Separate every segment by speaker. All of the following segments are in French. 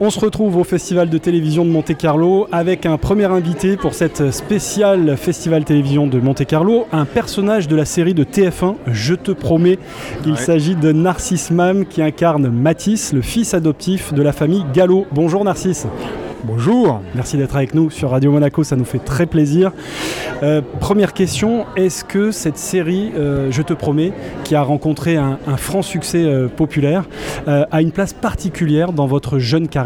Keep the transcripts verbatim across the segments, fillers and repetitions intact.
Speaker 1: On se retrouve au Festival de télévision de Monte-Carlo avec un premier invité pour cette spéciale Festival télévision de Monte-Carlo, un personnage de la série de T F un, Je te promets. Il ouais. s'agit de Narcisse Mam qui incarne Mathis, le fils adoptif de la famille Gallo. Bonjour Narcisse.
Speaker 2: Bonjour.
Speaker 1: Merci d'être avec nous sur Radio Monaco, ça nous fait très plaisir. Euh, première question, est-ce que cette série, euh, Je te promets, qui a rencontré un, un franc succès euh, populaire, euh, a une place particulière dans votre jeune carrière ?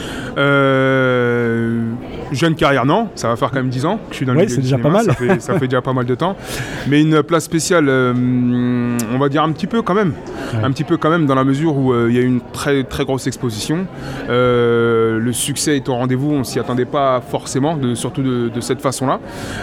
Speaker 2: Euh, jeune carrière, non, ça va faire quand même dix ans que je suis dans le
Speaker 1: ouais,
Speaker 2: milieu
Speaker 1: c'est
Speaker 2: du
Speaker 1: déjà
Speaker 2: cinéma,
Speaker 1: pas mal.
Speaker 2: ça fait, ça fait déjà pas mal de temps. Mais une place spéciale, euh, on va dire un petit peu quand même, ouais. un petit peu quand même dans la mesure où il euh, y a eu une très très grosse exposition. Euh, le succès est au rendez-vous, on s'y attendait pas forcément, de, surtout de, de cette façon-là.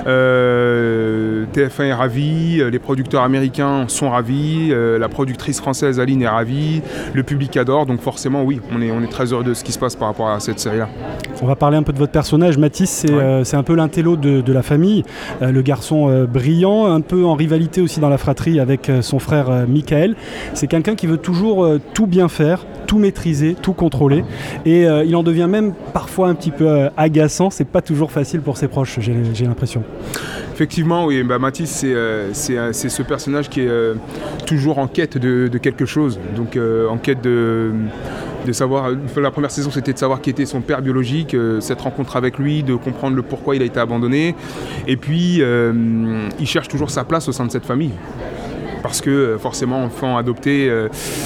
Speaker 2: Euh, T F un est ravi, les producteurs américains sont ravis, euh, la productrice française Aline est ravie, le public adore, donc forcément oui, on est, on est très heureux de ce qui se passe par rapport à cette série-là.
Speaker 1: On va parler un peu de votre personnage. Mathis, c'est, ouais. euh, c'est un peu l'intello de, de la famille, euh, le garçon euh, brillant, un peu en rivalité aussi dans la fratrie avec euh, son frère euh, Michael. C'est quelqu'un qui veut toujours euh, tout bien faire, tout maîtriser, tout contrôler, et euh, il en devient même parfois un petit peu euh, agaçant. C'est pas toujours facile pour ses proches, j'ai, j'ai l'impression.
Speaker 2: Effectivement, oui. Bah, Mathis, c'est, euh, c'est, euh, c'est ce personnage qui est euh, toujours en quête de, de quelque chose, donc euh, en quête de de savoir, la première saison c'était de savoir qui était son père biologique, euh, cette rencontre avec lui, de comprendre le pourquoi il a été abandonné, et puis euh, il cherche toujours sa place au sein de cette famille, parce que forcément enfant adopté, euh,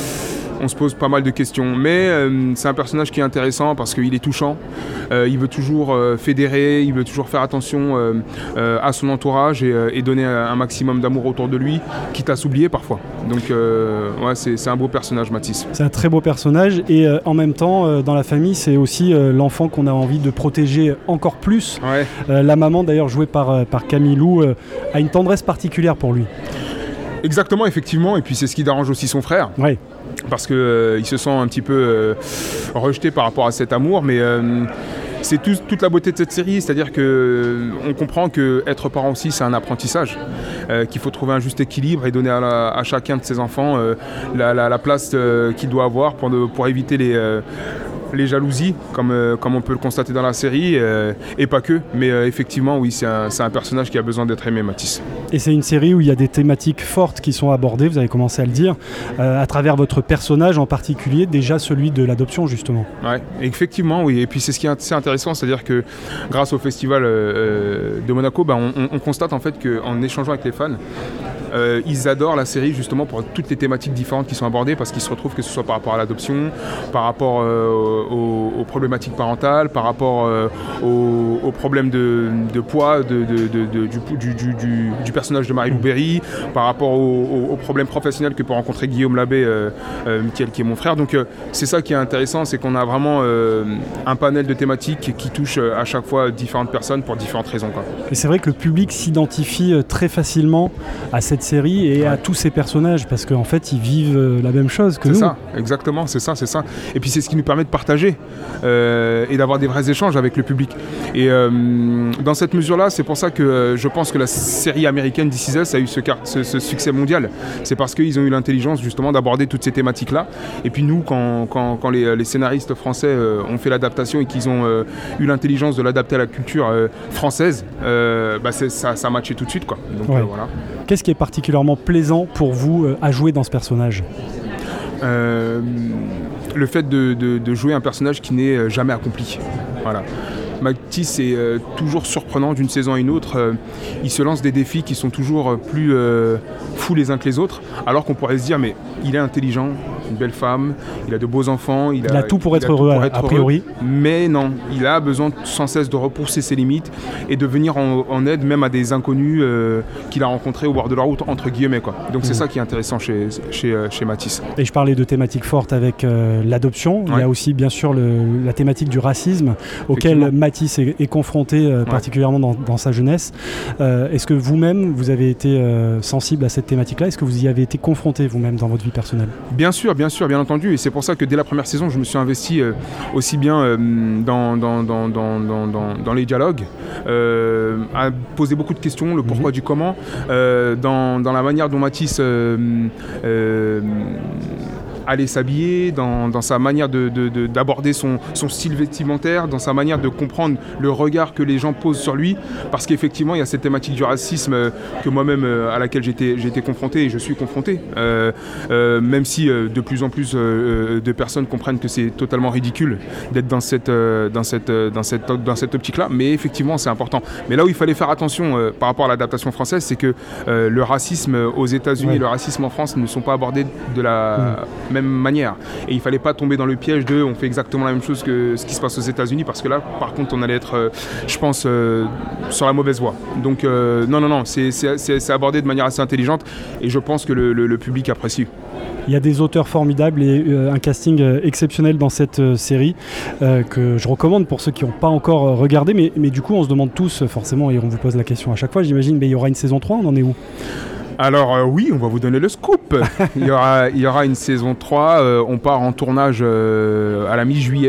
Speaker 2: on se pose pas mal de questions, mais euh, c'est un personnage qui est intéressant parce qu'il est touchant, euh, il veut toujours euh, fédérer, il veut toujours faire attention euh, euh, à son entourage et, euh, et donner un maximum d'amour autour de lui, quitte à s'oublier parfois. Donc euh, ouais, c'est, c'est un beau personnage, Mathis.
Speaker 1: C'est un très beau personnage, et euh, en même temps, euh, dans la famille, c'est aussi euh, l'enfant qu'on a envie de protéger encore plus. Ouais. Euh, la maman, d'ailleurs jouée par, euh, par Camille Lou, euh, a une tendresse particulière pour lui.
Speaker 2: Exactement, effectivement, et puis c'est ce qui dérange aussi son frère.
Speaker 1: Ouais.
Speaker 2: Parce qu'il euh, se sent un petit peu euh, rejeté par rapport à cet amour, mais euh, c'est tout, toute la beauté de cette série, c'est-à-dire qu'on euh, comprend qu'être parent aussi c'est un apprentissage, euh, qu'il faut trouver un juste équilibre et donner à, la, à chacun de ses enfants euh, la, la, la place euh, qu'il doit avoir pour, de, pour éviter les... Euh, les jalousies, comme, euh, comme on peut le constater dans la série, euh, et pas que, mais euh, effectivement, oui, c'est un, c'est un personnage qui a besoin d'être aimé, Mathis.
Speaker 1: Et c'est une série où il y a des thématiques fortes qui sont abordées, vous avez commencé à le dire, euh, à travers votre personnage en particulier, déjà celui de l'adoption, justement.
Speaker 2: Oui, effectivement, oui, et puis c'est ce qui est assez intéressant, c'est-à-dire que grâce au Festival euh, de Monaco, bah, on, on constate en fait qu'en échangeant avec les fans, Euh, ils adorent la série justement pour toutes les thématiques différentes qui sont abordées, parce qu'ils se retrouvent que ce soit par rapport à l'adoption, par rapport euh, aux, aux problématiques parentales, par rapport euh, aux, aux problèmes de, de poids de, de, de, de, du, du, du, du personnage de Marie-Lou Berry, par rapport aux, aux problèmes professionnels que peut rencontrer Guillaume Labbé, euh, euh, Mickaël qui est mon frère. Donc euh, c'est ça qui est intéressant, c'est qu'on a vraiment euh, un panel de thématiques qui touche à chaque fois différentes personnes pour différentes raisons, quoi.
Speaker 1: Et c'est vrai que le public s'identifie très facilement à cette série et ouais. à tous ces personnages, parce qu'en fait ils vivent la même chose que
Speaker 2: c'est
Speaker 1: nous.
Speaker 2: C'est ça, exactement, c'est ça, c'est ça. Et puis c'est ce qui nous permet de partager euh, et d'avoir des vrais échanges avec le public. Et euh, dans cette mesure-là, c'est pour ça que euh, je pense que la série américaine This Is Us a eu ce, car- ce, ce succès mondial. C'est parce qu'ils ont eu l'intelligence justement d'aborder toutes ces thématiques-là. Et puis nous, quand, quand, quand les, les scénaristes français euh, ont fait l'adaptation et qu'ils ont euh, eu l'intelligence de l'adapter à la culture euh, française, euh, bah c'est, ça, ça matchait tout de suite, quoi. Donc
Speaker 1: ouais.
Speaker 2: euh, voilà.
Speaker 1: Qu'est-ce qui est particulièrement plaisant pour vous euh, à jouer dans ce personnage ?
Speaker 2: euh, Le fait de, de, de jouer un personnage qui n'est jamais accompli. Voilà. Mathis est euh, toujours surprenant d'une saison à une autre. Euh, il se lance des défis qui sont toujours plus euh, fous les uns que les autres, alors qu'on pourrait se dire mais il est intelligent, une belle femme, il a de beaux enfants, il,
Speaker 1: il
Speaker 2: a,
Speaker 1: a tout pour
Speaker 2: il
Speaker 1: être
Speaker 2: a
Speaker 1: heureux,
Speaker 2: tout pour
Speaker 1: a,
Speaker 2: être
Speaker 1: a priori.
Speaker 2: Heureux, mais non, il a besoin sans cesse de repousser ses limites et de venir en, en aide même à des inconnus euh, qu'il a rencontrés au bord de la route, entre guillemets, quoi. Donc mmh. c'est ça qui est intéressant chez, chez, chez Mathis.
Speaker 1: Et je parlais de thématiques fortes avec euh, l'adoption, ouais. il y a aussi bien sûr le, la thématique du racisme auquel Mathis est, est confronté euh, ouais. particulièrement dans, dans sa jeunesse. Euh, est-ce que vous-même vous avez été euh, sensible à cette thématique-là ? Est-ce que vous y avez été confronté vous-même dans votre vie personnelle ?
Speaker 2: Bien sûr, bien sûr, bien entendu. Et c'est pour ça que dès la première saison, je me suis investi euh, aussi bien euh, dans, dans, dans, dans, dans, dans, dans les dialogues, euh, à poser beaucoup de questions, le pourquoi mmh. du comment, euh, dans, dans la manière dont Mathis euh, euh, aller s'habiller, dans, dans sa manière de, de, de, d'aborder son, son style vestimentaire, dans sa manière de comprendre le regard que les gens posent sur lui, parce qu'effectivement il y a cette thématique du racisme euh, que moi-même euh, à laquelle j'étais, j'ai été confronté et je suis confronté, euh, euh, même si euh, de plus en plus euh, de personnes comprennent que c'est totalement ridicule d'être dans cette, euh, dans cette, euh, dans cette, dans cette optique-là, mais effectivement c'est important. Mais là où il fallait faire attention euh, par rapport à l'adaptation française, c'est que euh, le racisme aux États-Unis ouais. et le racisme en France ne sont pas abordés de la mmh. même manière, et il fallait pas tomber dans le piège de on fait exactement la même chose que ce qui se passe aux États-Unis, parce que là par contre on allait être euh, je pense euh, sur la mauvaise voie. Donc euh, non non non c'est, c'est, c'est, c'est abordé de manière assez intelligente et je pense que le, le, le public apprécie.
Speaker 1: Il y a des auteurs formidables et euh, un casting euh, exceptionnel dans cette euh, série euh, que je recommande pour ceux qui n'ont pas encore euh, regardé, mais, mais du coup on se demande tous forcément, et on vous pose la question à chaque fois j'imagine, mais il y aura une saison trois, on en est où ?
Speaker 2: Alors euh, oui, on va vous donner le scoop. il, y aura, il y aura une saison trois, euh, on part en tournage euh, à la mi-juillet.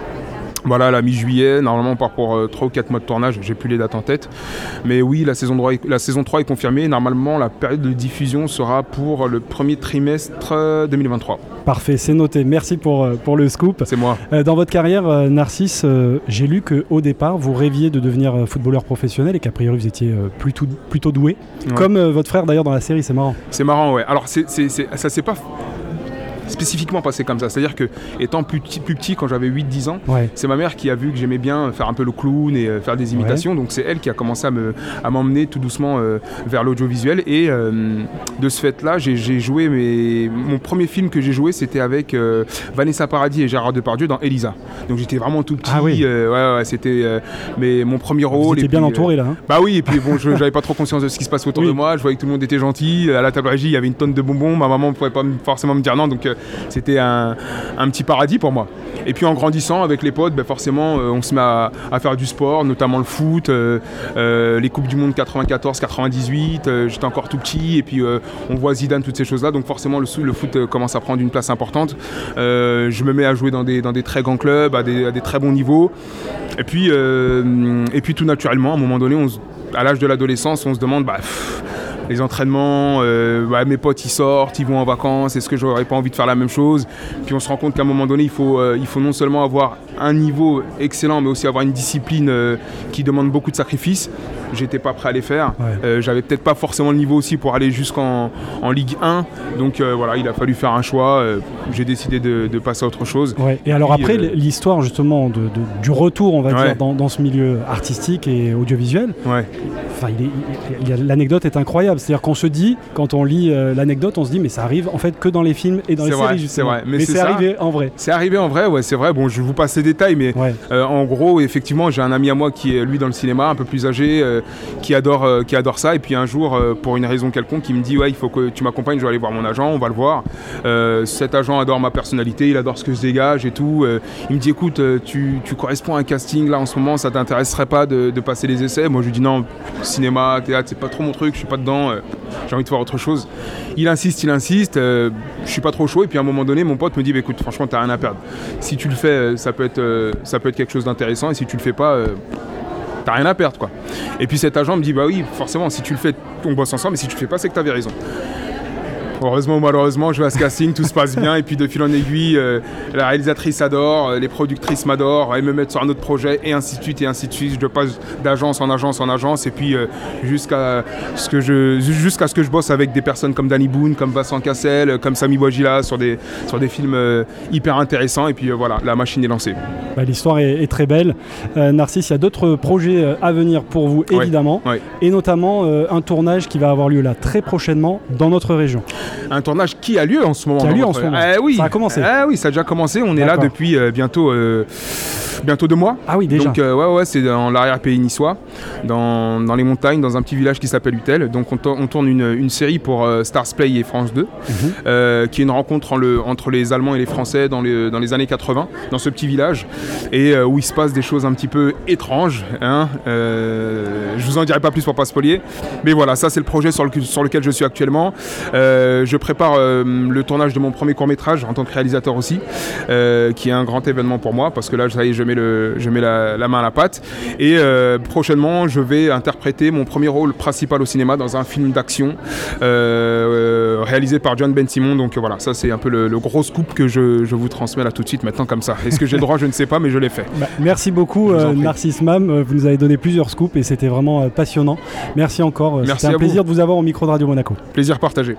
Speaker 2: Voilà, la mi-juillet, normalement on part pour euh, trois ou quatre mois de tournage, j'ai plus les dates en tête. Mais oui, la saison, trois est, la saison trois est confirmée. Normalement, la période de diffusion sera pour le premier trimestre euh, deux mille vingt-trois.
Speaker 1: Parfait, c'est noté. Merci pour, pour le scoop.
Speaker 2: C'est moi.
Speaker 1: Euh, dans votre carrière, euh, Narcisse, euh, j'ai lu qu'au départ, vous rêviez de devenir euh, footballeur professionnel et qu'a priori vous étiez euh, plutôt, plutôt doué. Ouais. Comme euh, votre frère d'ailleurs dans la série, c'est marrant.
Speaker 2: C'est marrant, ouais. Alors, c'est, c'est, c'est, ça c'est pas... spécifiquement passé comme ça, c'est-à-dire que étant plus petit, plus petit quand j'avais huit dix ans, ouais. c'est ma mère qui a vu que j'aimais bien faire un peu le clown et euh, faire des imitations, ouais. donc c'est elle qui a commencé à, me, à m'emmener tout doucement euh, vers l'audiovisuel et euh, de ce fait-là j'ai, j'ai joué, mes... mon premier film que j'ai joué c'était avec euh, Vanessa Paradis et Gérard Depardieu dans Elisa, donc j'étais vraiment tout petit,
Speaker 1: ah oui.
Speaker 2: euh, ouais, ouais, c'était euh, mais mon premier rôle.
Speaker 1: Vous étiez bien puis, entouré là hein.
Speaker 2: Bah oui, et puis bon, je, j'avais pas trop conscience de ce qui se passait autour oui. de moi, je voyais que tout le monde était gentil, à la table régie il y avait une tonne de bonbons, ma maman ne pouvait pas forcément me dire non, donc euh, c'était un Un, un petit paradis pour moi. Et puis en grandissant avec les potes, ben forcément euh, on se met à, à faire du sport, notamment le foot, euh, euh, les Coupes du Monde quatre-vingt-quatorze quatre-vingt-dix-huit, euh, j'étais encore tout petit et puis euh, on voit Zidane, toutes ces choses-là, donc forcément le, le foot euh, commence à prendre une place importante. Euh, je me mets à jouer dans des, dans des très grands clubs, à des, à des très bons niveaux. Et puis, euh, et puis tout naturellement, à un moment donné, on se, à l'âge de l'adolescence, on se demande... Bah, pff, les entraînements, euh, bah, mes potes ils sortent, ils vont en vacances, est-ce que j'aurais pas envie de faire la même chose ? Puis on se rend compte qu'à un moment donné, il faut, euh, il faut non seulement avoir un niveau excellent, mais aussi avoir une discipline euh, qui demande beaucoup de sacrifices. J'étais pas prêt à les faire, ouais. euh, j'avais peut-être pas forcément le niveau aussi pour aller jusqu'en en Ligue un, donc euh, voilà, il a fallu faire un choix, euh, j'ai décidé de, de passer à autre chose.
Speaker 1: Ouais. Et alors puis, après, euh... l'histoire justement de, de, du retour, on va ouais. dire, dans, dans ce milieu artistique et audiovisuel,
Speaker 2: ouais.
Speaker 1: enfin, il est, il est, l'anecdote est incroyable, c'est-à-dire qu'on se dit, quand on lit euh, l'anecdote, on se dit mais ça arrive en fait que dans les films et dans
Speaker 2: c'est
Speaker 1: les
Speaker 2: vrai,
Speaker 1: séries justement.
Speaker 2: C'est vrai. Mais,
Speaker 1: mais
Speaker 2: c'est,
Speaker 1: c'est arrivé en vrai.
Speaker 2: C'est arrivé en vrai, ouais, c'est vrai, bon je vous passe les détails, mais ouais. euh, en gros, effectivement, j'ai un ami à moi qui est lui dans le cinéma, un peu plus âgé, euh, qui adore Euh, qui adore ça, et puis un jour euh, pour une raison quelconque il me dit ouais il faut que tu m'accompagnes, je vais aller voir mon agent, on va le voir. Euh, cet agent adore ma personnalité, il adore ce que je dégage et tout, euh, il me dit écoute euh, tu, tu corresponds à un casting là en ce moment, ça t'intéresserait pas de, de passer les essais? Moi je lui dis non, cinéma, théâtre c'est pas trop mon truc, je suis pas dedans, euh, j'ai envie de faire autre chose. Il insiste, il insiste, euh, je suis pas trop chaud, et puis à un moment donné mon pote me dit bah, écoute franchement t'as rien à perdre, si tu le fais ça peut être, euh, ça peut être quelque chose d'intéressant, et si tu le fais pas euh, t'as rien à perdre quoi. Et puis cet agent me dit bah oui forcément si tu le fais on bosse ensemble, mais si tu le fais pas c'est que t'avais raison. Heureusement ou malheureusement, je vais à ce casting, tout se passe bien, et puis de fil en aiguille, euh, la réalisatrice adore, euh, les productrices m'adorent, elles me mettent sur un autre projet, et ainsi de suite, et ainsi de suite. Je passe d'agence en agence en agence, et puis euh, jusqu'à, ce que je, jusqu'à ce que je bosse avec des personnes comme Danny Boone, comme Vincent Cassel, comme Sami Bouajila, sur des, sur des films euh, hyper intéressants, et puis euh, voilà, la machine est lancée.
Speaker 1: Bah, l'histoire est, est très belle. Euh, Narcisse, il y a d'autres projets euh, à venir pour vous, évidemment, ouais, ouais. et notamment euh, un tournage qui va avoir lieu là très prochainement dans notre région.
Speaker 2: Un tournage qui a lieu en ce moment.
Speaker 1: Qui a lieu en ce moment.
Speaker 2: Euh, oui.
Speaker 1: Ça a commencé.
Speaker 2: Euh, oui, ça a déjà commencé. On D'accord. est là depuis euh, bientôt, euh, bientôt deux mois.
Speaker 1: Ah oui, déjà.
Speaker 2: Donc, euh, ouais, ouais, c'est dans l'arrière-pays niçois, dans, dans les montagnes, dans un petit village qui s'appelle Utel. Donc, on, to- on tourne une, une série pour euh, Stars Play et France deux, mm-hmm. euh, qui est une rencontre en le, entre les Allemands et les Français dans les, dans les années quatre-vingts, dans ce petit village, et euh, où il se passe des choses un petit peu étranges. Hein. Euh, je vous en dirai pas plus pour pas spoiler. Mais voilà, ça, c'est le projet sur, le, sur lequel je suis actuellement. Euh, je prépare euh, le tournage de mon premier court-métrage en tant que réalisateur aussi, euh, qui est un grand événement pour moi, parce que là, ça y est, je mets, le, je mets la, la main à la pâte. Et euh, prochainement, prochainement, je vais interpréter mon premier rôle principal au cinéma dans un film d'action euh, réalisé par John Ben Simon. Donc voilà, ça c'est un peu le, le gros scoop que je, je vous transmets là tout de suite maintenant comme ça. Est-ce que j'ai le droit? Je ne sais pas, mais je l'ai fait.
Speaker 1: Bah, merci beaucoup euh, Narcisse Mam, vous nous avez donné plusieurs scoops et c'était vraiment euh, passionnant. Merci encore,
Speaker 2: merci
Speaker 1: c'était un plaisir vous. de vous avoir au micro de Radio Monaco.
Speaker 2: Plaisir partagé.